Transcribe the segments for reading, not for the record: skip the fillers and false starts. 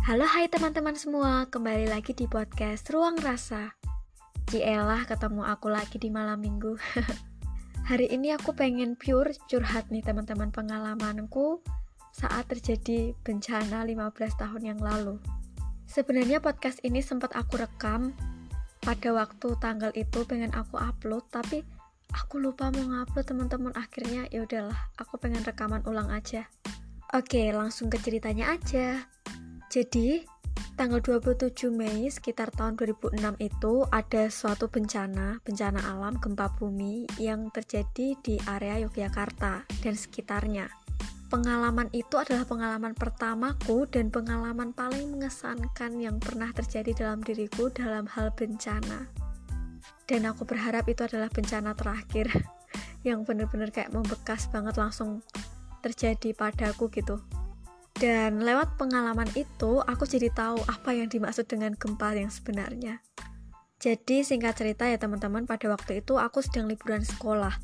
Halo hai teman-teman semua, kembali lagi di podcast Ruang Rasa. Cielah ketemu aku lagi di malam minggu. Hari ini aku pengen pure curhat nih teman-teman, pengalamanku saat terjadi bencana 15 tahun yang lalu. Sebenarnya podcast ini sempat aku rekam pada waktu tanggal itu, pengen aku upload, tapi aku lupa mau ngupload teman-teman. Akhirnya ya udahlah, aku pengen rekaman ulang aja. Oke, langsung ke ceritanya aja. Jadi, tanggal 27 Mei sekitar tahun 2006 itu ada suatu bencana alam gempa bumi yang terjadi di area Yogyakarta dan sekitarnya. Pengalaman itu adalah pengalaman pertamaku dan pengalaman paling mengesankan yang pernah terjadi dalam diriku dalam hal bencana. Dan aku berharap itu adalah bencana terakhir yang benar-benar kayak membekas banget langsung terjadi padaku gitu. Dan lewat pengalaman itu, aku jadi tahu apa yang dimaksud dengan gempa yang sebenarnya. Jadi singkat cerita ya teman-teman, pada waktu itu aku sedang liburan sekolah.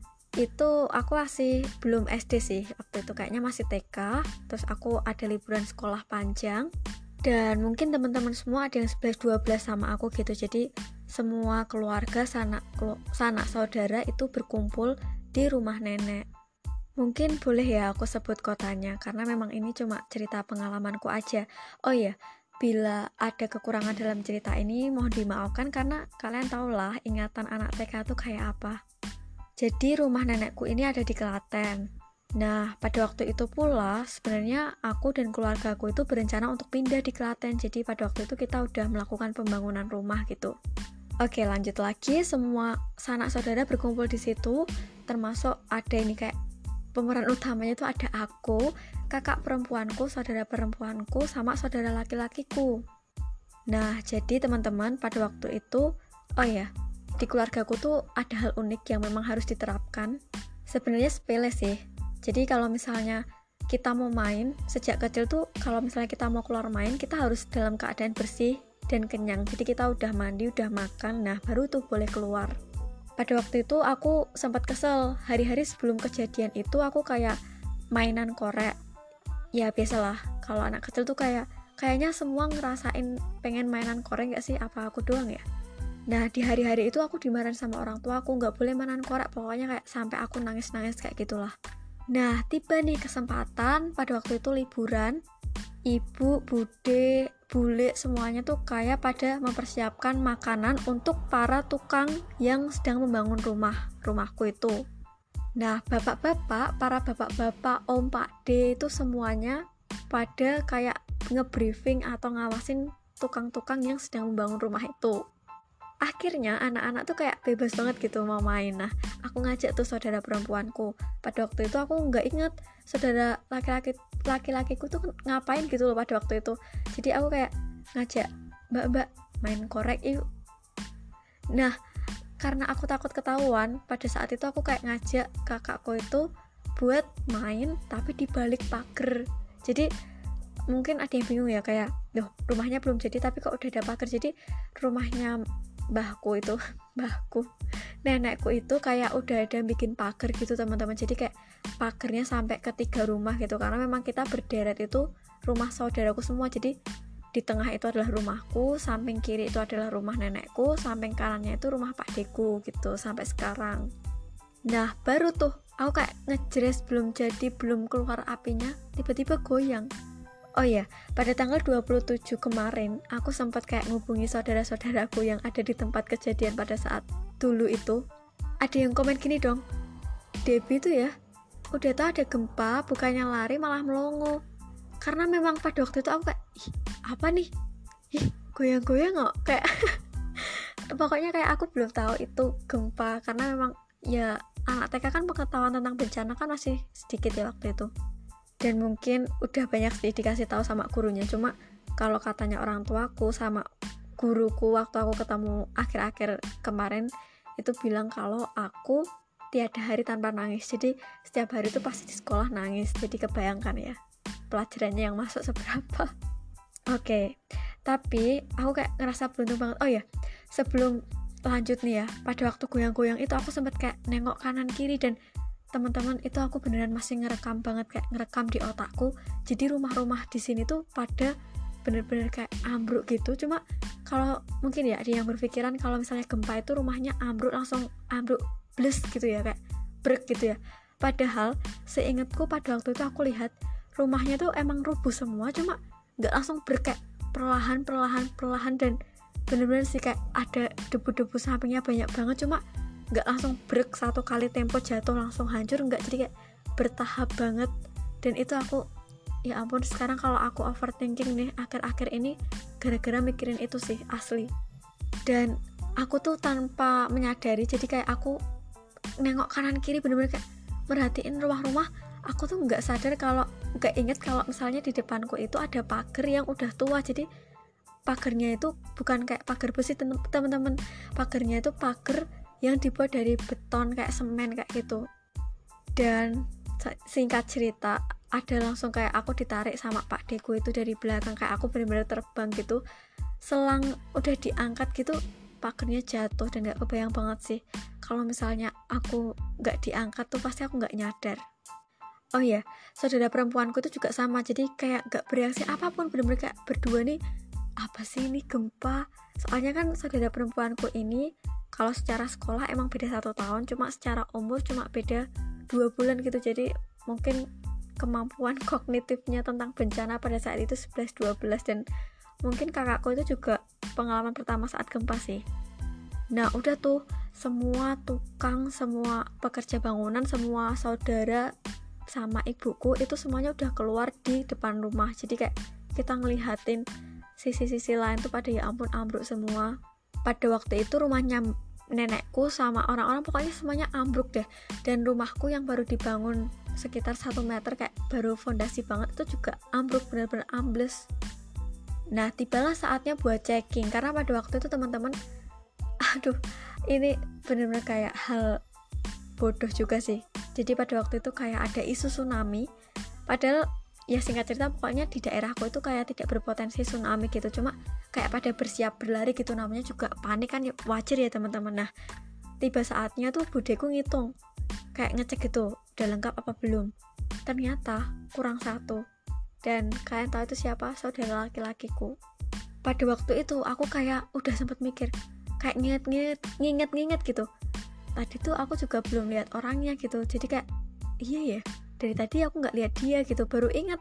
Itu aku masih belum SD sih, waktu itu kayaknya masih TK. Terus aku ada liburan sekolah panjang. Dan mungkin teman-teman semua ada yang 11-12 sama aku gitu. Jadi semua keluarga, sanak saudara itu berkumpul di rumah nenek. Mungkin boleh ya aku sebut kotanya, karena memang ini cuma cerita pengalamanku aja. Oh iya, bila ada kekurangan dalam cerita ini mohon dimaafkan, karena kalian tahulah ingatan anak TK itu kayak apa. Jadi rumah nenekku ini ada di Klaten. Nah, pada waktu itu pula sebenarnya aku dan keluargaku itu berencana untuk pindah di Klaten. Jadi pada waktu itu kita udah melakukan pembangunan rumah gitu. Oke, lanjut lagi, semua sanak saudara berkumpul di situ, termasuk ada ini kayak pemeran utamanya tuh ada aku, kakak perempuanku, saudara perempuanku, sama saudara laki-lakiku. Nah, jadi teman-teman pada waktu itu, oh ya, di keluargaku tuh ada hal unik yang memang harus diterapkan. Sebenarnya sepele sih. Jadi kalau misalnya kita mau main, sejak kecil tuh kalau misalnya kita mau keluar main, kita harus dalam keadaan bersih dan kenyang. Jadi kita udah mandi, udah makan, nah baru tuh boleh keluar. Pada waktu itu aku sempat kesel, hari-hari sebelum kejadian itu aku kayak mainan korek. Ya biasalah, kalau anak kecil tuh kayaknya semua ngerasain pengen mainan korek gak sih, apa aku doang ya? Nah di hari-hari itu aku dimarahin sama orang tua, aku gak boleh mainan korek, pokoknya kayak sampai aku nangis-nangis kayak gitulah. Nah tiba nih kesempatan, pada waktu itu liburan, ibu, bude, bule semuanya tuh kayak pada mempersiapkan makanan untuk para tukang yang sedang membangun rumahku itu. Nah, para bapak-bapak, om, pak D itu semuanya pada kayak ngebriefing atau ngawasin tukang-tukang yang sedang membangun rumah itu. Akhirnya anak-anak tuh kayak bebas banget gitu mau main. Nah, aku ngajak tuh saudara perempuanku. Pada waktu itu aku nggak inget saudara laki-lakiku tuh ngapain gitu loh pada waktu itu. Jadi aku kayak ngajak, mbak main korek yuk. Nah, karena aku takut ketahuan, pada saat itu aku kayak ngajak kakakku itu buat main tapi di balik pagar. Jadi mungkin ada yang bingung ya, kayak loh rumahnya belum jadi tapi kok udah ada pagar. Jadi rumahnya nenekku itu kayak udah ada bikin pagar gitu teman-teman. Jadi kayak pagarnya sampai ke 3 rumah gitu, karena memang kita berderet itu rumah saudaraku semua. Jadi di tengah itu adalah rumahku, samping kiri itu adalah rumah nenekku, samping kanannya itu rumah pak deku gitu sampai sekarang. Nah baru tuh aku kayak ngejres belum jadi, belum keluar apinya, tiba-tiba goyang. Oh iya, pada tanggal 27 kemarin, aku sempat kayak ngubungi saudara-saudaraku yang ada di tempat kejadian pada saat dulu itu. Ada yang komen gini dong, Debbie tuh ya, udah tau ada gempa, bukannya lari malah melongo. Karena memang pada waktu itu aku kayak, apa nih? Goyang-goyang kok? Kayak, pokoknya kayak aku belum tahu itu gempa, karena memang ya anak TK kan pengetahuan tentang bencana kan masih sedikit ya waktu itu. Dan mungkin udah banyak sih dikasih tahu sama gurunya, cuma kalau katanya orang tuaku sama guruku waktu aku ketemu akhir-akhir kemarin itu bilang kalau aku tiada hari tanpa nangis. Jadi setiap hari itu pasti di sekolah nangis. Jadi kebayangkan ya pelajarannya yang masuk seberapa. Oke, tapi aku kayak ngerasa beruntung banget. Oh ya, sebelum lanjut nih ya, pada waktu goyang-goyang itu aku sempat kayak nengok kanan kiri, dan teman-teman itu aku beneran masih ngerekam banget, kayak ngerekam di otakku. Jadi rumah-rumah di sini tuh pada bener-bener kayak ambruk gitu. Cuma kalau mungkin ya ada yang berpikiran kalau misalnya gempa itu rumahnya ambruk langsung ambruk bles gitu ya, kayak brek gitu ya. Padahal seingatku pada waktu itu aku lihat rumahnya tuh emang rubuh semua, cuma nggak langsung brek, kayak perlahan dan bener-bener sih kayak ada debu-debu sampingnya banyak banget, cuma nggak langsung brek satu kali tempo jatuh langsung hancur, nggak, jadi kayak bertahap banget. Dan itu aku, ya ampun, sekarang kalau aku overthinking nih akhir-akhir ini gara-gara mikirin itu sih, asli. Dan aku tuh tanpa menyadari, jadi kayak aku nengok kanan kiri bener-bener kayak merhatiin rumah-rumah. Aku tuh nggak sadar kalau, nggak inget kalau misalnya di depanku itu ada pagar yang udah tua. Jadi pagarnya itu bukan kayak pagar besi teman-teman, pagarnya itu pagar yang dibuat dari beton kayak semen kayak gitu. Dan singkat cerita, ada langsung kayak aku ditarik sama Pak Deku itu dari belakang, kayak aku benar-benar terbang gitu. Selang udah diangkat gitu, pagernya jatuh. Dan gak kebayang banget sih kalau misalnya aku gak diangkat tuh pasti aku gak nyadar. Oh iya, saudara perempuanku itu juga sama, jadi kayak gak bereaksi apapun, bener-bener kayak berdua nih, apa sih ini gempa. Soalnya kan saudara perempuanku ini kalau secara sekolah emang beda 1 tahun, cuma secara umur cuma beda 2 bulan gitu. Jadi mungkin kemampuan kognitifnya tentang bencana pada saat itu 11-12. Dan mungkin kakakku itu juga pengalaman pertama saat gempa sih. Nah udah tuh, semua tukang, semua pekerja bangunan, semua saudara sama ibuku itu semuanya udah keluar di depan rumah. Jadi kayak kita ngelihatin sisi-sisi lain tuh pada ya ampun ambruk semua. Pada waktu itu rumahnya nenekku sama orang-orang pokoknya semuanya ambruk deh. Dan rumahku yang baru dibangun sekitar 1 meter, kayak baru fondasi banget, itu juga ambruk, benar-benar ambles. Nah tibalah saatnya buat checking, karena pada waktu itu teman-teman, aduh ini benar-benar kayak hal bodoh juga sih. Jadi pada waktu itu kayak ada isu tsunami, padahal ya singkat cerita pokoknya di daerahku itu kayak tidak berpotensi tsunami gitu, cuma kayak pada bersiap berlari gitu, namanya juga panik kan, wajar ya teman-teman. Nah tiba saatnya tuh budeku ngitung, kayak ngecek gitu udah lengkap apa belum, ternyata kurang 1. Dan kalian tahu itu siapa? Saudara laki-lakiku. Pada waktu itu aku kayak udah sempet mikir, kayak nginget gitu, tadi tuh aku juga belum lihat orangnya gitu. Jadi kayak iya ya, dari tadi aku gak lihat dia gitu, baru inget.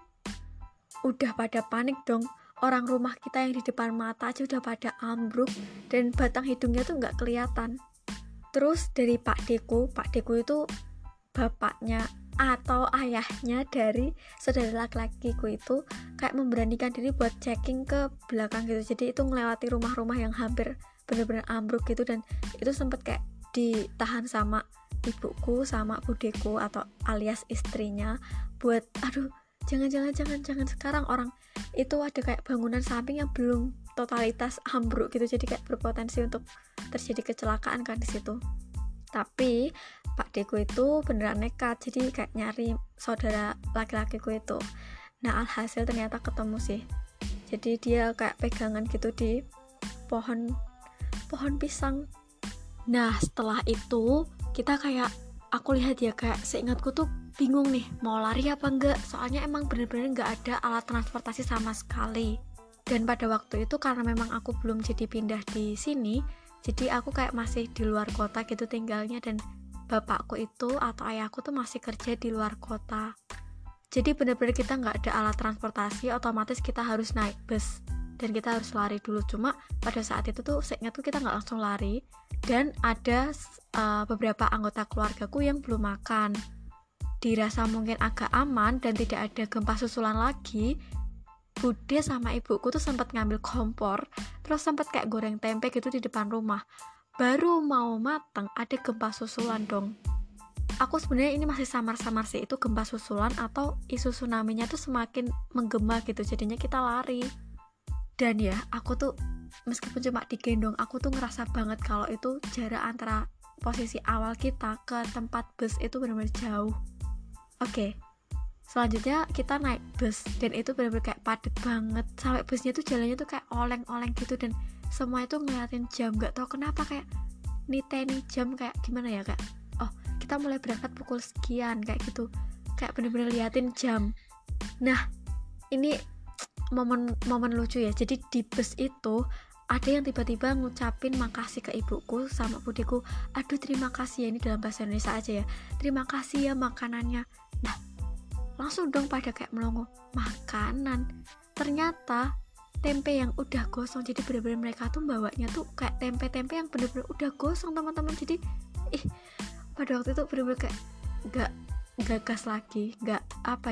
Udah pada panik dong, orang rumah kita yang di depan mata aja udah pada ambruk dan batang hidungnya tuh gak kelihatan. Terus dari Pak Deku itu bapaknya atau ayahnya dari saudara laki-lakiku itu kayak memberanikan diri buat checking ke belakang gitu. Jadi itu melewati rumah-rumah yang hampir bener-bener ambruk gitu, dan itu sempet kayak ditahan sama ibuku sama budeku atau alias istrinya buat aduh jangan sekarang orang itu ada kayak bangunan samping yang belum totalitas ambruk gitu, jadi kayak berpotensi untuk terjadi kecelakaan kan di situ. Tapi Pak Deku itu beneran nekat, jadi kayak nyari saudara laki-lakiku itu. Nah alhasil ternyata ketemu sih. Jadi dia kayak pegangan gitu di pohon pisang. Nah setelah itu kita kayak, aku lihat ya kayak seingatku tuh bingung nih mau lari apa enggak, soalnya emang bener-bener gak ada alat transportasi sama sekali. Dan pada waktu itu karena memang aku belum jadi pindah di sini, jadi aku kayak masih di luar kota gitu tinggalnya, dan bapakku itu atau ayahku tuh masih kerja di luar kota. Jadi bener-bener kita gak ada alat transportasi, otomatis kita harus naik bus dan kita harus lari dulu. Cuma pada saat itu tuh seingatku kita gak langsung lari, dan ada beberapa anggota keluargaku yang belum makan. Dirasa mungkin agak aman dan tidak ada gempa susulan lagi, Bude sama ibuku tuh sempat ngambil kompor, terus sempat kayak goreng tempe gitu di depan rumah. Baru mau matang ada gempa susulan dong. Aku sebenarnya ini masih samar-samar sih itu gempa susulan atau isu tsunami-nya tuh semakin menggema gitu, jadinya kita lari. Dan ya aku tuh meskipun cuma digendong, aku tuh ngerasa banget kalau itu jarak antara posisi awal kita ke tempat bus itu benar-benar jauh. Oke. Selanjutnya kita naik bus, dan itu benar-benar kayak padet banget. Sampai busnya tuh jalannya tuh kayak oleng-oleng gitu, dan semua itu ngeliatin jam. Gak tau kenapa kayak niteni jam, kayak gimana ya, kayak oh kita mulai berangkat pukul sekian kayak gitu, kayak benar-benar liatin jam. Nah ini momen lucu ya. Jadi di bus itu ada yang tiba-tiba ngucapin makasih ke ibuku sama budiku. Aduh terima kasih ya, ini dalam bahasa Indonesia aja ya, terima kasih ya makanannya. Nah langsung dong pada kayak melongo, makanan, ternyata tempe yang udah gosong. Jadi bener-bener mereka tuh bawanya tuh kayak tempe-tempe yang bener-bener udah gosong teman-teman. Jadi pada waktu itu bener-bener kayak gak gas lagi, gak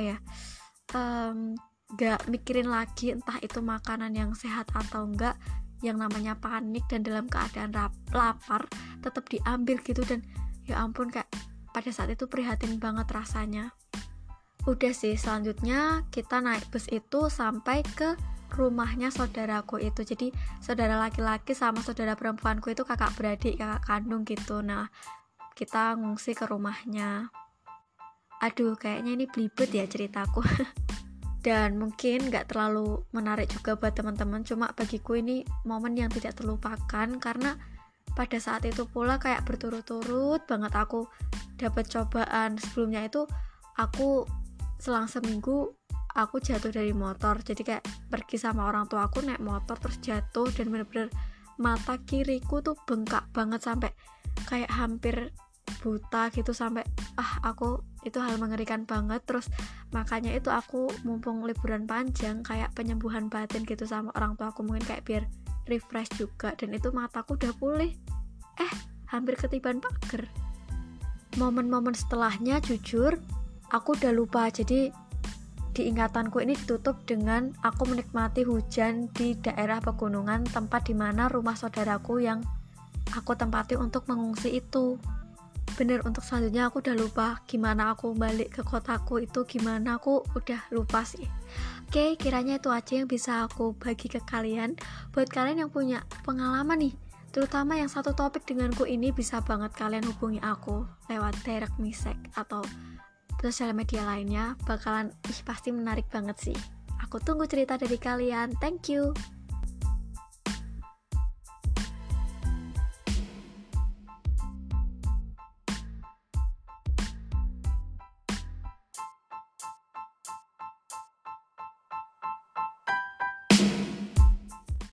gak mikirin lagi entah itu makanan yang sehat atau enggak. Yang namanya panik dan dalam keadaan lapar tetap diambil gitu. Dan ya ampun, kayak pada saat itu prihatin banget rasanya. Udah sih, selanjutnya kita naik bus itu sampai ke rumahnya saudaraku itu. Jadi saudara laki-laki sama saudara perempuanku itu kakak beradik, kakak kandung gitu. Nah kita ngungsi ke rumahnya. Aduh kayaknya ini belibet ya ceritaku. Dan mungkin gak terlalu menarik juga buat teman-teman, cuma bagiku ini momen yang tidak terlupakan. Karena pada saat itu pula kayak berturut-turut banget aku dapat cobaan. Sebelumnya itu aku selang seminggu aku jatuh dari motor. Jadi kayak pergi sama orang tua aku naik motor terus jatuh, dan bener-bener mata kiriku tuh bengkak banget sampai kayak hampir buta gitu. Sampai aku itu hal mengerikan banget. Terus makanya itu aku mumpung liburan panjang kayak penyembuhan batin gitu sama orang tua aku, mungkin kayak biar refresh juga. Dan itu mataku udah pulih, hampir ketiban pagar. Momen-momen setelahnya jujur aku udah lupa. Jadi di ingatanku ini ditutup dengan aku menikmati hujan di daerah pegunungan, tempat dimana rumah saudaraku yang aku tempati untuk mengungsi itu. Bener, untuk selanjutnya aku udah lupa gimana aku balik ke kotaku itu, gimana aku udah lupa sih. Oke, kiranya itu aja yang bisa aku bagi ke kalian. Buat kalian yang punya pengalaman nih, terutama yang satu topik denganku ini, bisa banget kalian hubungi aku lewat direct message atau sosial media lainnya. Bakalan pasti menarik banget sih. Aku tunggu cerita dari kalian. Thank you.